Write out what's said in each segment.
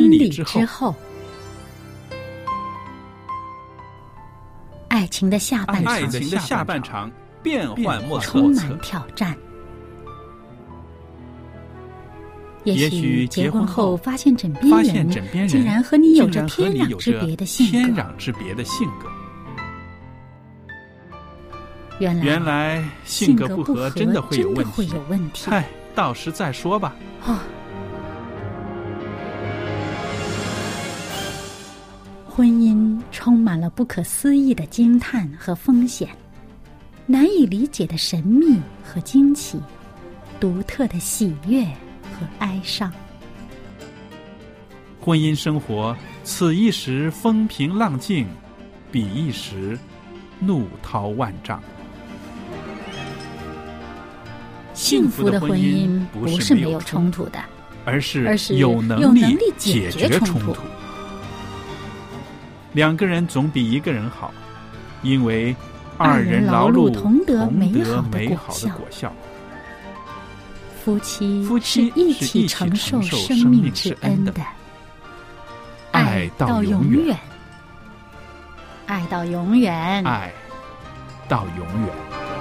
婚礼之后，爱情的下半场变幻莫测， 充满挑战。也许结婚后发现枕边人竟然和你有着天壤之别的性格。 原来性格不合真的会有问题。嗨，到时再说吧。 婚姻充满了不可思议的惊叹和风险，难以理解的神秘和惊奇，独特的喜悦和哀伤。 婚姻生活此一时风平浪静，彼一时怒涛万丈。 幸福的婚姻不是没有冲突的， 而是有能力解决冲突。两个人总比一个人好，因为二人劳碌同得美好的果效。 夫妻是一起承受生命之恩的，爱到永远，爱到永远， 爱到永远。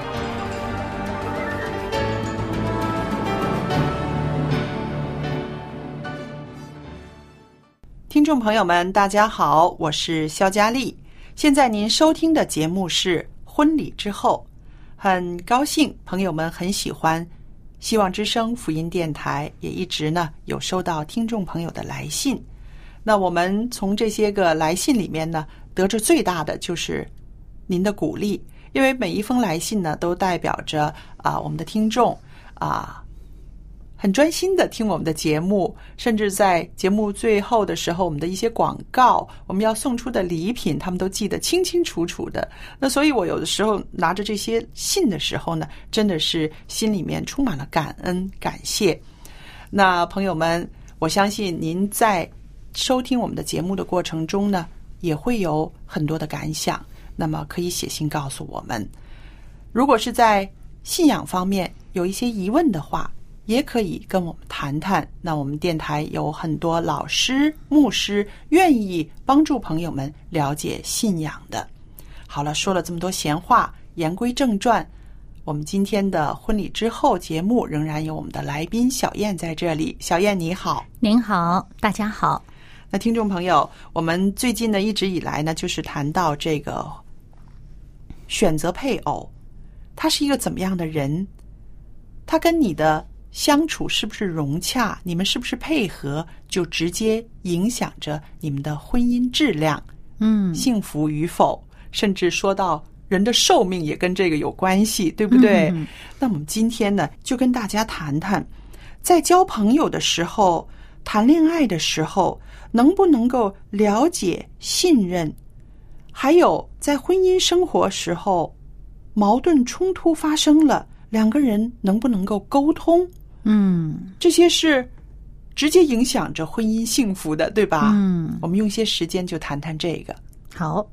听众朋友们大家好，我是肖佳丽。现在您收听的节目是婚礼之后，很高兴朋友们很喜欢希望之声福音电台，也一直呢有收到听众朋友的来信。那我们从这些个来信里面呢，得着最大的就是您的鼓励，因为每一封来信呢都代表着我们的听众很专心的听我们的节目，甚至在节目最后的时候，我们的一些广告，我们要送出的礼品，他们都记得清清楚楚的。那所以我有的时候拿着这些信的时候呢，真的是心里面充满了感恩感谢。那朋友们，我相信您在收听我们的节目的过程中呢，也会有很多的感想，那么可以写信告诉我们。如果是在信仰方面有一些疑问的话，也可以跟我们谈谈。那我们电台有很多老师牧师愿意帮助朋友们了解信仰的。好了，说了这么多闲话，言归正传，我们今天的婚礼之后节目仍然有我们的来宾小燕在这里。小燕你好。 您好，大家好。 那听众朋友，我们最近呢一直以来呢就是谈到这个选择配偶，他是一个怎么样的人，他跟你的相处是不是融洽，你们是不是配合，就直接影响着你们的婚姻质量，幸福与否，甚至说到人的寿命也跟这个有关系，对不对？那我们今天呢，就跟大家谈谈，在交朋友的时候，谈恋爱的时候，能不能够了解、信任，还有在婚姻生活时候，矛盾冲突发生了，两个人能不能够沟通？这些是直接影响着婚姻幸福的，对吧？我们用些时间就谈谈这个。 好。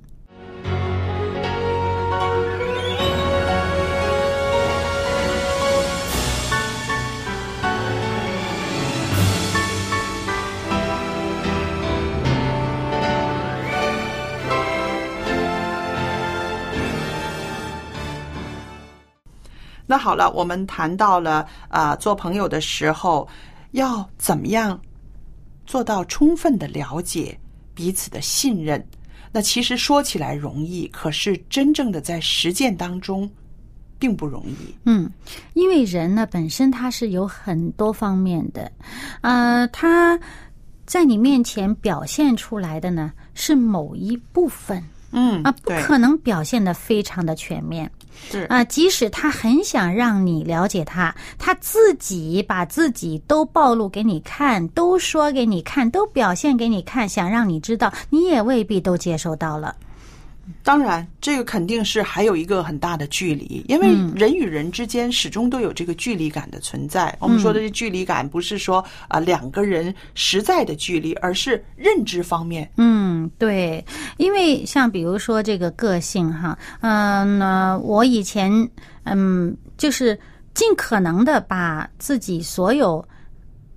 那好了，我们谈到了做朋友的时候要怎么样做到充分的了解彼此的信任。那其实说起来容易，可是真正的在实践当中并不容易。 因为人呢本身他是有很多方面的，他在你面前表现出来的呢是某一部分，不可能表现得非常的全面。即使他很想让你了解他，他自己把自己都暴露给你看，都说给你看，都表现给你看，想让你知道，你也未必都接受到了。 当然这个肯定是还有一个很大的距离，因为人与人之间始终都有这个距离感的存在。我们说的这距离感不是说两个人实在的距离，而是认知方面。 对，因为像比如说这个个性哈，我以前就是尽可能的把自己所有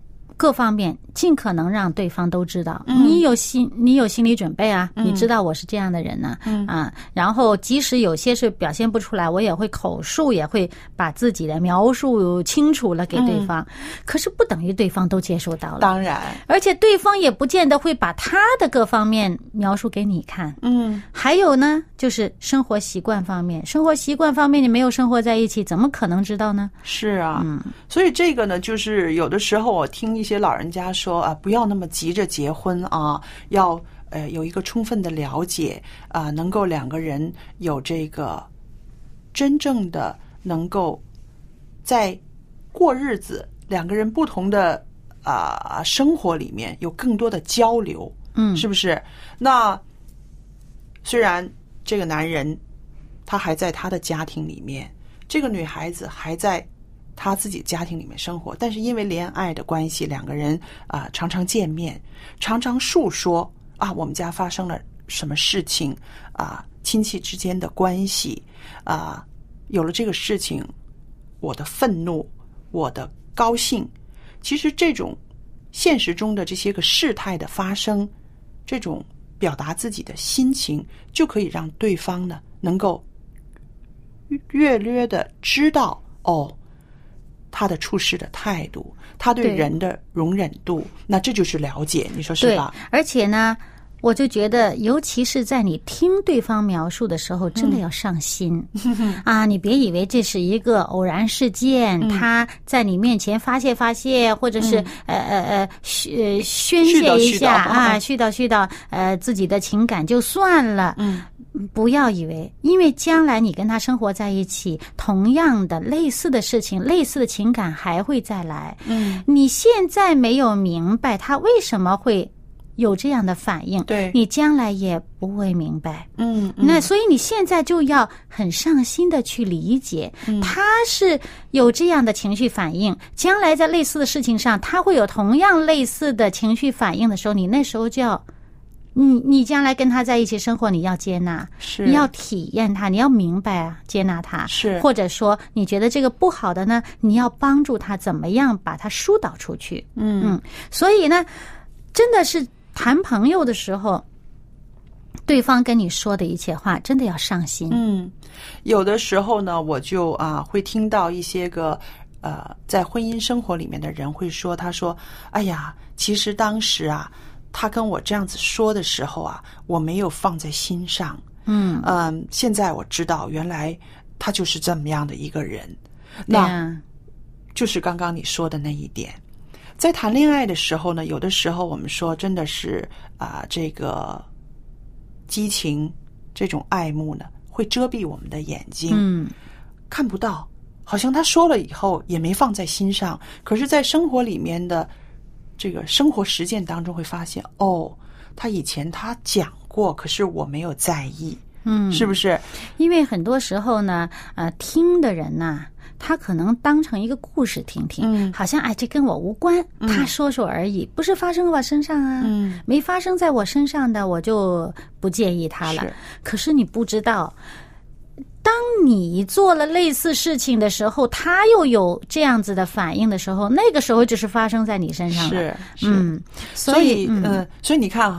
各方面尽可能让对方都知道，你有心理准备啊，你知道我是这样的人呢，然后即使有些是表现不出来，我也会口述，也会把自己的描述清楚了给对方，可是不等于对方都接受到了， 当然， 而且对方也不见得会把他的各方面描述给你看，还有呢，就是生活习惯方面你没有生活在一起，怎么可能知道呢？ 是啊，所以这个呢，就是有的时候我听一些老人家说啊，不要那么急着结婚啊，要有一个充分的了解啊，能够两个人有这个真正的能够在过日子，两个人不同的生活里面有更多的交流，是不是？那虽然这个男人他还在他的家庭里面，这个女孩子还在他自己家庭里面生活，但是因为恋爱的关系，两个人常常见面，常常述说我们家发生了什么事情亲戚之间的关系有了这个事情，我的愤怒，我的高兴，其实这种现实中的这些个事态的发生，这种表达自己的心情，就可以让对方呢能够略略的知道他的处事的态度，他对人的容忍度，那这就是了解，你说是吧？ 对，而且呢，我就觉得，尤其是在你听对方描述的时候，真的要上心你别以为这是一个偶然事件，他在你面前发泄，或者是宣泄一下絮叨自己的情感就算了。不要以为，因为将来你跟他生活在一起，同样的类似的事情，类似的情感还会再来。你现在没有明白他为什么会有这样的反应， 对， 你将来也不会明白。那所以你现在就要很上心的去理解，他是有这样的情绪反应，将来在类似的事情上，他会有同样类似的情绪反应的时候，你那时候就要你将来跟他在一起生活，你要接纳，你要体验他，你要明白接纳他， 是， 或者说你觉得这个不好的呢，你要帮助他怎么样把他疏导出去。所以呢，真的是谈朋友的时候，对方跟你说的一切话，真的要上心。 有的时候呢，我就会听到一些个在婚姻生活里面的人会说，他说：“哎呀，其实当时他跟我这样子说的时候我没有放在心上。现在我知道，原来他就是这么样的一个人。那就是刚刚你说的那一点。在谈恋爱的时候呢，有的时候我们说真的是这个激情，这种爱慕呢，会遮蔽我们的眼睛，看不到，好像他说了以后也没放在心上。可是在生活里面的这个生活实践当中会发现，他以前他讲过，可是我没有在意，是不是？ 因为很多时候呢，听的人呢，他可能当成一个故事听听，好像这跟我无关，他说说而已，不是发生在我身上没发生在我身上的，我就不介意他了。可是你不知道，当你做了类似事情的时候，他又有这样子的反应的时候，那个时候就是发生在你身上了。所以你看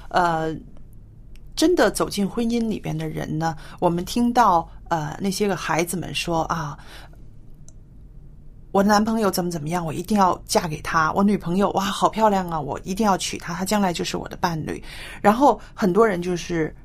真的走进婚姻里边的人呢，我们听到那些个孩子们说我男朋友怎么样，我一定要嫁给他，我女朋友哇好漂亮我一定要娶她，她将来就是我的伴侣。然后很多人就是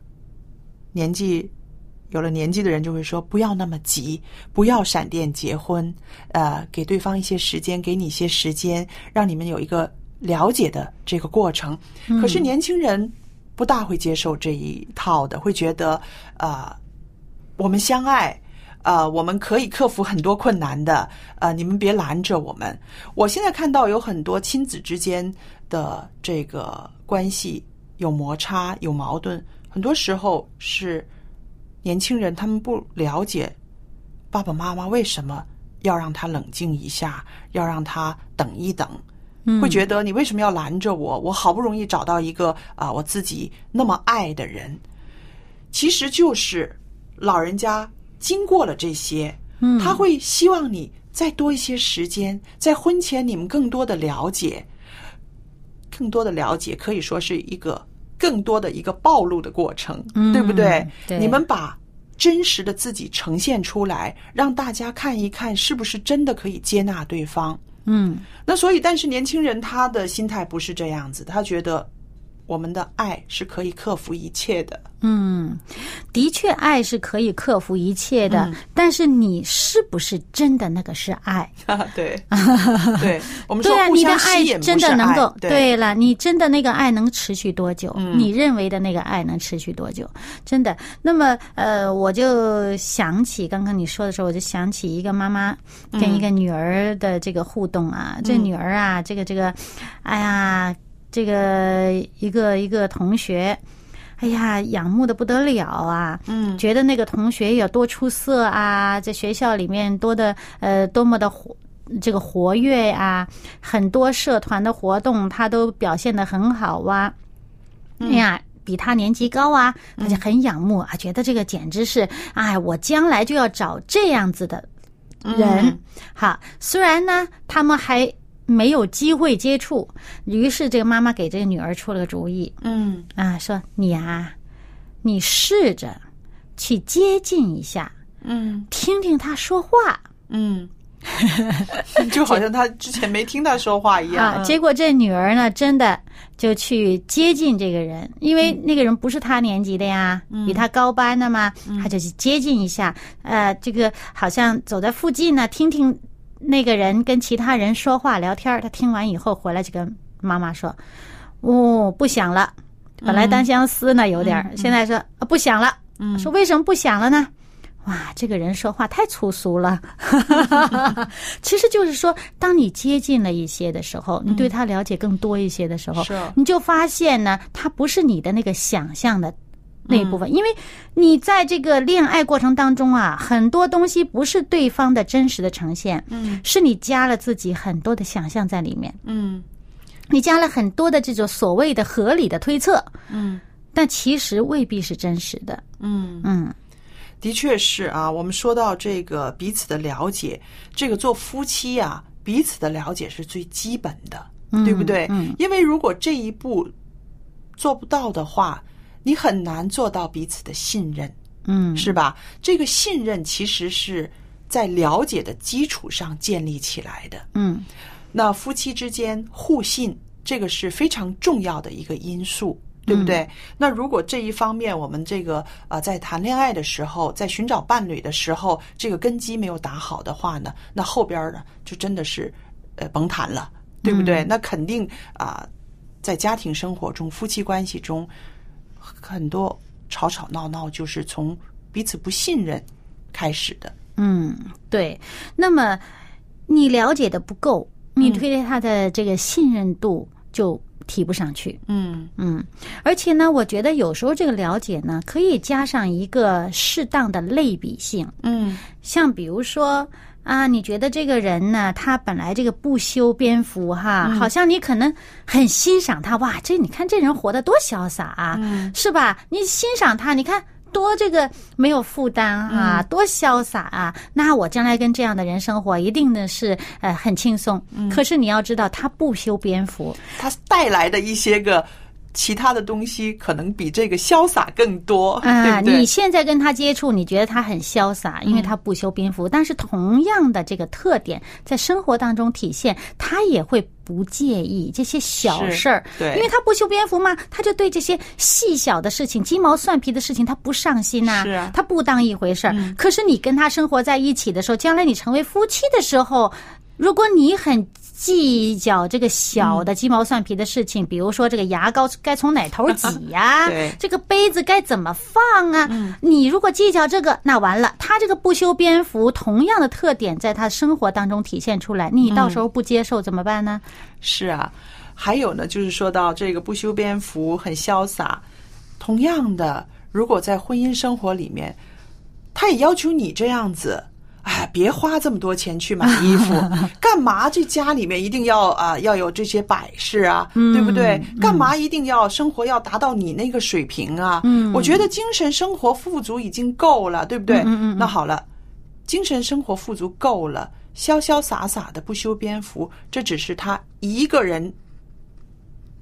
有了年纪的人就会说，不要那么急，不要闪电结婚，给对方一些时间，给你一些时间，让你们有一个了解的这个过程。可是年轻人不大会接受这一套的，会觉得我们相爱，我们可以克服很多困难的，你们别拦着我们。我现在看到有很多亲子之间的这个关系有摩擦，有矛盾，很多时候是年轻人他们不了解爸爸妈妈为什么要让他冷静一下，要让他等一等，会觉得你为什么要拦着我？我好不容易找到一个我自己那么爱的人。其实就是老人家经过了这些，他会希望你再多一些时间，在婚前你们更多的了解， 更多的了解，可以说是一个更多的一个暴露的过程，对不对？ 对， 你们把真实的自己呈现出来，让大家看一看是不是真的可以接纳对方。那所以但是年轻人他的心态不是这样子，他觉得我们的爱是可以克服一切的。 的确爱是可以克服一切的，但是你是不是真的那个是爱？ 对对，我们说互相吸引不是爱， 你的爱真的能够对了，你真的那个爱能持续多久？你认为的那个爱能持续多久？真的。那么我就想起刚刚你说的时候，我就想起一个妈妈跟一个女儿的这个互动啊，这女儿啊，这个哎呀，这个一个同学，哎呀，仰慕的不得了啊！觉得那个同学有多出色啊，在学校里面多么的活跃啊，很多社团的活动他都表现得很好啊。哎呀，比他年级高啊，他就很仰慕啊，觉得这个简直是，哎，我将来就要找这样子的人。好，虽然呢，他们还没有机会接触，于是这个妈妈给这个女儿出了个主意，说你试着去接近一下，听听他说话， 就好像他之前没听他说话一样。 结果这女儿呢，真的就去接近这个人，因为那个人不是他年级的呀，比他高班的嘛，他就去接近一下，这个好像走在附近呢，听听那个人跟其他人说话聊天。他听完以后回来就跟妈妈说，不想了，本来单相思呢有点，现在说不想了。说为什么不想了呢？哇，这个人说话太粗俗了。其实就是说，当你接近了一些的时候，你对他了解更多一些的时候，你就发现呢，他不是你的那个想象的那一部分，因为你在这个恋爱过程当中啊，很多东西不是对方的真实的呈现，是你加了自己很多的想象在里面，你加了很多的这种所谓的合理的推测，但其实未必是真实的。 的确是啊，我们说到这个彼此的了解，这个做夫妻啊，彼此的了解是最基本的，对不对？因为如果这一步做不到的话，你很难做到彼此的信任，是吧？这个信任其实是在了解的基础上建立起来的。那夫妻之间互信，这个是非常重要的一个因素，对不对？那如果这一方面我们这个在谈恋爱的时候，在寻找伴侣的时候，这个根基没有打好的话呢，那后边呢就真的是甭谈了，对不对？那肯定在家庭生活中、夫妻关系中，很多吵吵闹闹就是从彼此不信任开始的。 对。那么你了解的不够，你对他的这个信任度就提不上去。而且呢，我觉得有时候这个了解呢，可以加上一个适当的类比性。像比如说你觉得这个人呢，他本来这个不修边幅哈，好像你可能很欣赏他，哇，你看这人活得多潇洒啊，是吧？你欣赏他，你看多这个没有负担啊，多潇洒啊！那我将来跟这样的人生活，一定的是很轻松。可是你要知道，他不修边幅， 他带来的一些个其他的东西，可能比这个潇洒更多，对不对？ 你现在跟他接触，你觉得他很潇洒，因为他不修边幅，但是同样的这个特点在生活当中体现，他也会不介意这些小事儿， 对， 因为他不修边幅嘛，他就对这些细小的事情、鸡毛蒜皮的事情，他不上心呐， 是啊， 他不当一回事儿。可是你跟他生活在一起的时候，将来你成为夫妻的时候，如果你很计较这个小的鸡毛蒜皮的事情，比如说这个牙膏该从哪头挤呀，这个杯子该怎么放啊，你如果计较这个，那完了，他这个不修边幅同样的特点在他生活当中体现出来，你到时候不接受怎么办呢？ 是啊，还有呢，就是说到这个不修边幅很潇洒，同样的，如果在婚姻生活里面，他也要求你这样子，别花这么多钱去买衣服，干嘛这家里面一定要要有这些摆饰啊，对不对？干嘛一定要生活要达到你那个水平啊？我觉得精神生活富足已经够了，对不对？那好了，精神生活富足够了，潇潇洒洒的不修边幅，这只是他一个人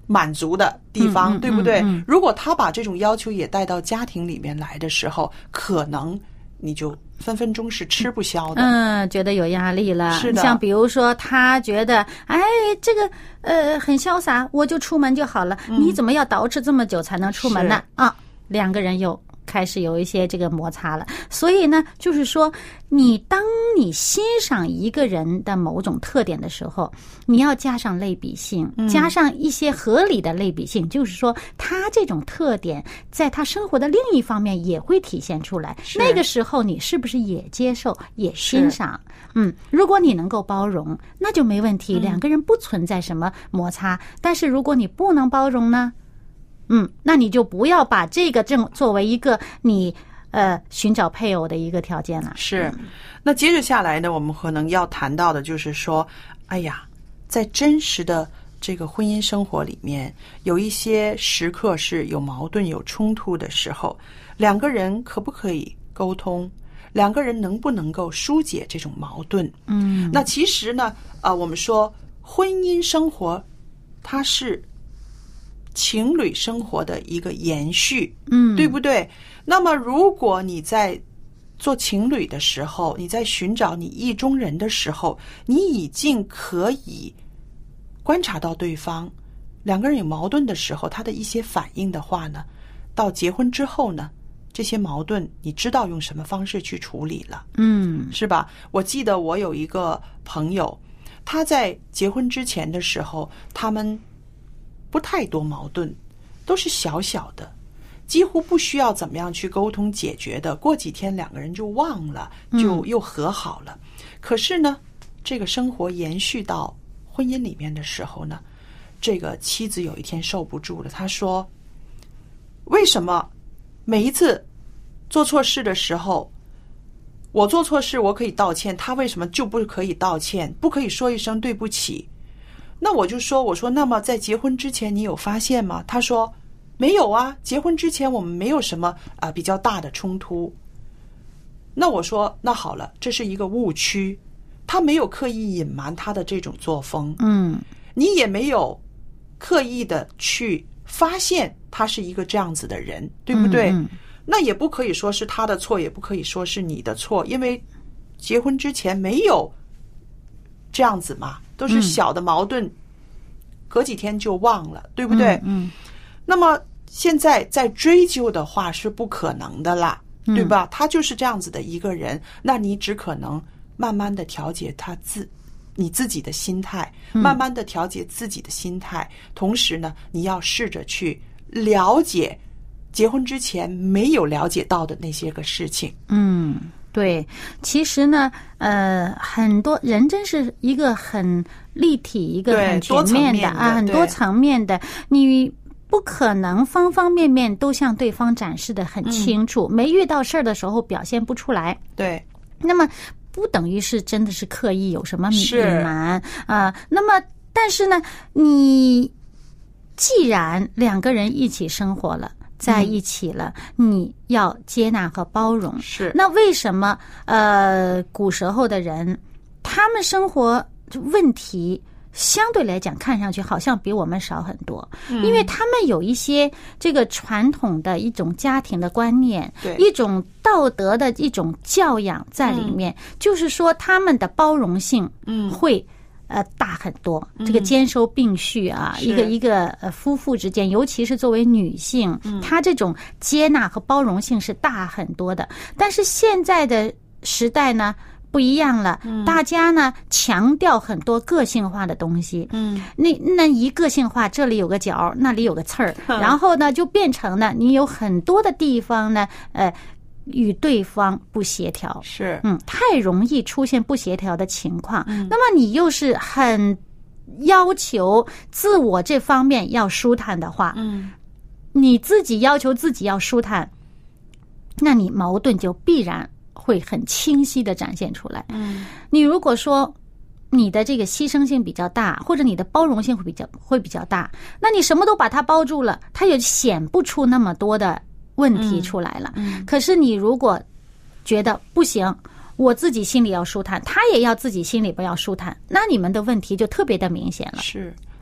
满足的地方，对不对？如果他把这种要求也带到家庭里面来的时候，可能你就分分钟是吃不消的。 觉得有压力了。 是的， 像比如说他觉得，哎，这个很潇洒，我就出门就好了，你怎么要捯饬这么久才能出门呢？啊，两个人又开始有一些这个摩擦了。所以呢，就是说，当你欣赏一个人的某种特点的时候，你要加上类比性，加上一些合理的类比性，就是说，他这种特点在他生活的另一方面也会体现出来。那个时候，你是不是也接受、也欣赏？如果你能够包容，那就没问题，两个人不存在什么摩擦。但是如果你不能包容呢？那你就不要把这个作为一个你寻找配偶的一个条件了。 是，那接着下来呢，我们可能要谈到的就是说，哎呀，在真实的这个婚姻生活里面，有一些时刻是有矛盾、有冲突的时候，两个人可不可以沟通？两个人能不能够疏解这种矛盾？那其实呢，我们说婚姻生活它是情侣生活的一个延续，对不对？那么如果你在做情侣的时候，你在寻找你意中人的时候，你已经可以观察到对方两个人有矛盾的时候他的一些反应的话呢，到结婚之后呢，这些矛盾你知道用什么方式去处理了，是吧？我记得我有一个朋友，他在结婚之前的时候，他们不太多矛盾，都是小小的，几乎不需要怎么样去沟通解决的，过几天两个人就忘了，就又和好了。可是呢，这个生活延续到婚姻里面的时候呢，这个妻子有一天受不住了，她说，为什么每一次做错事的时候，我做错事我可以道歉，他为什么就不可以道歉，不可以说一声对不起？那我说那么在结婚之前你有发现吗？他说没有啊，结婚之前我们没有什么比较大的冲突。那我说那好了，这是一个误区，他没有刻意隐瞒他的这种作风，你也没有刻意的去发现他是一个这样子的人，对不对？那也不可以说是他的错，也不可以说是你的错，因为结婚之前没有这样子嘛，都是小的矛盾，隔几天就忘了，对不对？那么现在再追究的话是不可能的啦，对吧？他就是这样子的一个人，那你只可能慢慢的调节你自己的心态，慢慢的调节自己的心态，同时呢，你要试着去了解结婚之前没有了解到的那些个事情。 对，其实呢，很多人真是一个很立体、一个很全面的很多层面的，你不可能方方面面都向对方展示的很清楚，没遇到事儿的时候表现不出来。 对， 那么不等于是真的是刻意有什么隐瞒那么但是呢，你既然两个人一起生活了，在一起了，你要接纳和包容。 是， 那为什么古时候的人他们生活问题相对来讲看上去好像比我们少很多，因为他们有一些这个传统的一种家庭的观念，一种道德的一种教养在里面，就是说他们的包容性会大很多，这个兼收并蓄一个夫妇之间，尤其是作为女性，她这种接纳和包容性是大很多的。但是现在的时代呢不一样了，大家呢强调很多个性化的东西，那一个性化，这里有个角，那里有个刺儿，然后呢就变成呢你有很多的地方呢与对方不协调， 是太容易出现不协调的情况。那么你又是很要求自我这方面要舒坦的话，你自己要求自己要舒坦，那你矛盾就必然会很清晰的展现出来。你如果说你的这个牺牲性比较大，或者你的包容性会比较大，那你什么都把它包住了，它也显不出那么多的问题出来了。可是你如果觉得不行，我自己心里要舒坦，他也要自己心里边要舒坦，那你们的问题就特别的明显了。 是，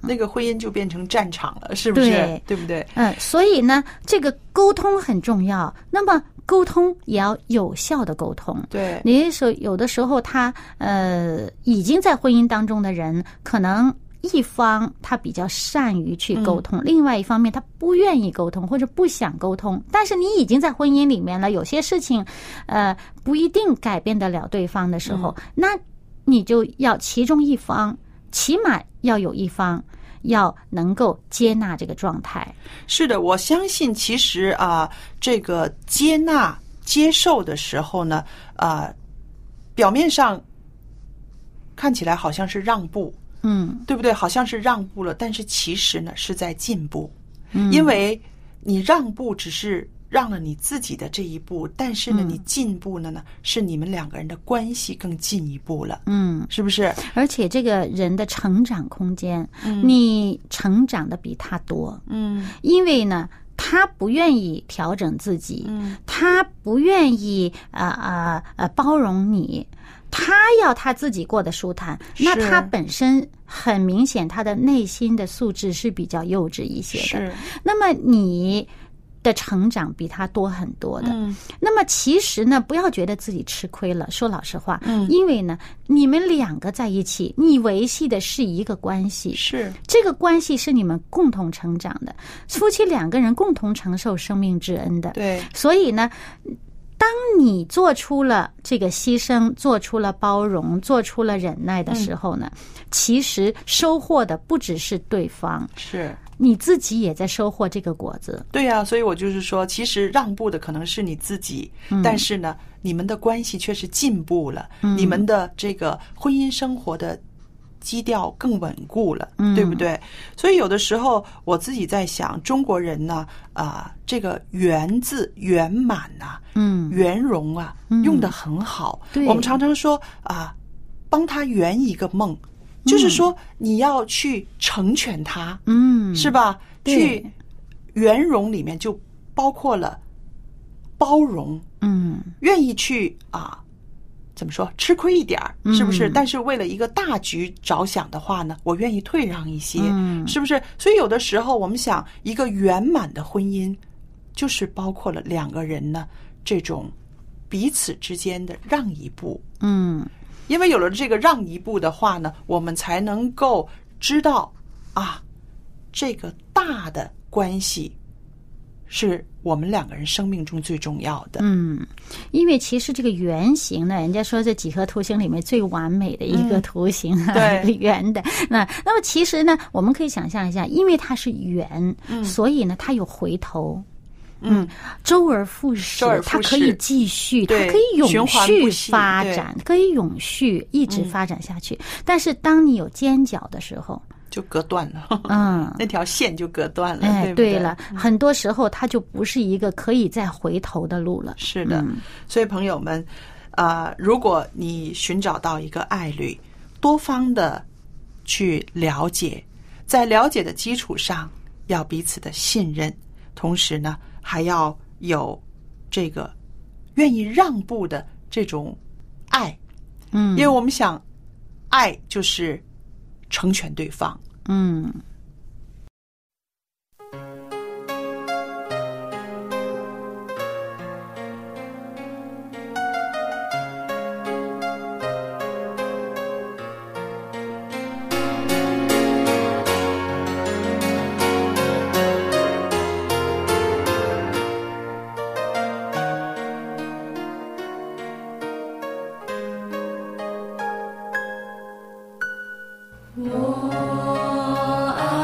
那个婚姻就变成战场了，是不是？对不对？ 所以呢，这个沟通很重要。那么沟通也要有效的沟通。 对， 你说有的时候他已经在婚姻当中的人，可能一方他比较善于去沟通，另外一方面他不愿意沟通或者不想沟通。但是你已经在婚姻里面了，有些事情不一定改变得了对方的时候，那你就要其中一方，起码要有一方要能够接纳这个状态。 是的，我相信其实这个接纳接受的时候呢，表面上看起来好像是让步，对不对？好像是让步了，但是其实呢是在进步，因为你让步只是让了你自己的这一步，但是呢，你进步了呢，是你们两个人的关系更进一步了，是不是？ 而且这个人的成长空间，你成长的比他多，因为呢，他不愿意调整自己，他不愿意包容你，他要他自己过得舒坦，那他本身很明显，他的内心的素质是比较幼稚一些的。那么你的成长比他多很多的，那么其实呢，不要觉得自己吃亏了。说老实话，因为呢，你们两个在一起，你维系的是一个关系， 是这个关系是你们共同成长的，夫妻两个人共同承受生命之恩的。 对， 所以呢，当你做出了这个牺牲，做出了包容，做出了忍耐的时候呢，其实收获的不只是对方， 是你自己也在收获这个果子。 对呀，所以我就是说，其实让步的可能是你自己，但是呢，你们的关系却是进步了，你们的这个婚姻生活的基调更稳固了，对不对？所以有的时候我自己在想，中国人呢，这个圆字圆满呐，圆融啊，用得很好。我们常常说帮他圆一个梦，就是说你要去成全他，是吧？去圆融里面就包括了包容，愿意去怎么说吃亏一点是不是？但是为了一个大局着想的话呢，我愿意退让一些，是不是？所以有的时候我们想，一个圆满的婚姻，就是包括了两个人呢这种彼此之间的让一步，因为有了这个让一步的话呢，我们才能够知道这个大的关系是我们两个人生命中最重要的。 因为其实这个圆形呢，人家说这几何图形里面最完美的一个图形， 对， 圆的。那么其实呢，我们可以想象一下，因为它是圆，所以呢，它有回头。周而复始，它可以继续，它可以永续发展，可以永续一直发展下去。但是当你有尖角的时候， 就割断了，那条线就割断了，对不对？ 对了，很多时候它就不是一个可以再回头的路了。 是的，所以朋友们，如果你寻找到一个爱侣，多方的去了解，在了解的基础上，要彼此的信任，同时呢，还要有这个愿意让步的这种爱，因为我们想，爱就是成全对方。 我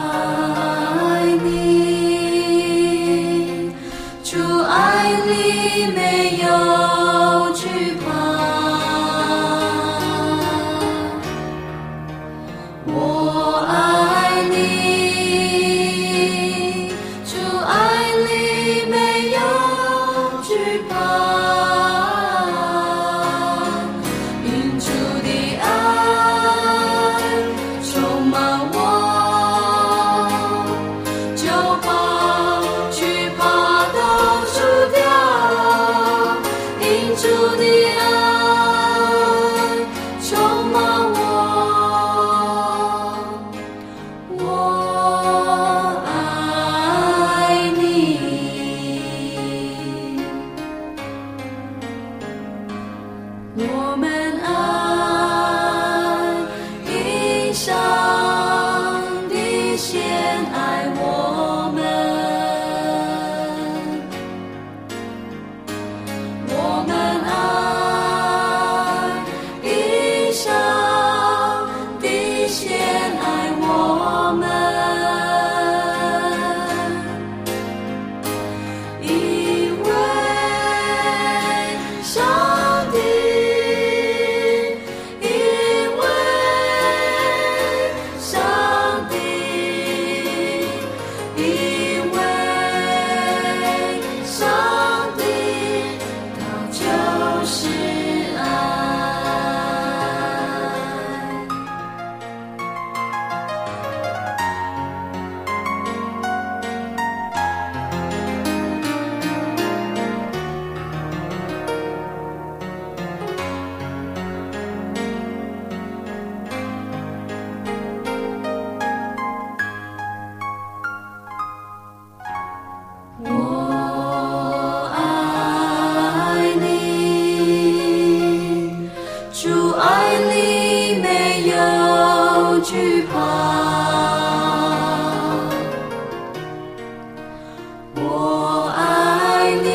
我爱你，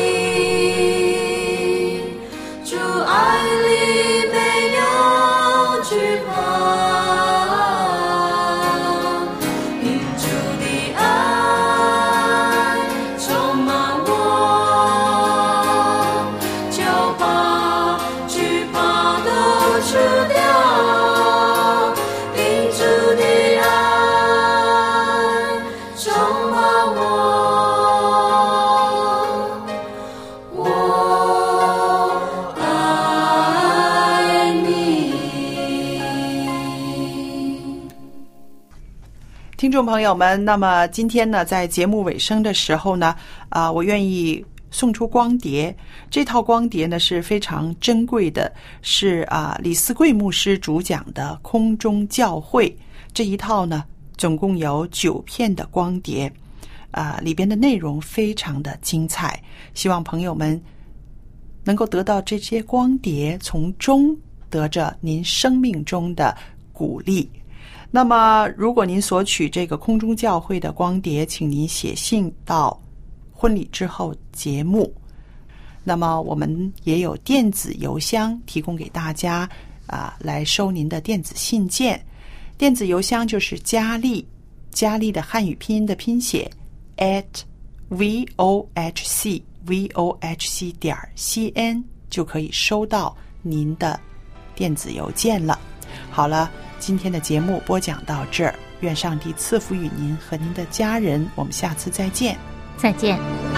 主爱里没有惧怕，因主的爱充满我，就把惧怕都除掉，因主的爱充满我。 听众朋友们，那么今天呢，在节目尾声的时候呢，我愿意送出光碟。这套光碟呢是非常珍贵的，是李思贵牧师主讲的《空中教会》这一套呢，总共有9片的光碟，里边的内容非常的精彩。希望朋友们能够得到这些光碟，从中得着您生命中的鼓励。那么如果您索取这个空中教会的光碟，请您写信到婚礼之后节目。那么我们也有电子邮箱提供给大家来收您的电子信件。电子邮箱就是佳丽的汉语拼音的拼写 @vohc.cn 就可以收到您的电子邮件了。好了，今天的节目播讲到这儿，愿上帝赐福于您和您的家人，我们下次再见。 再见。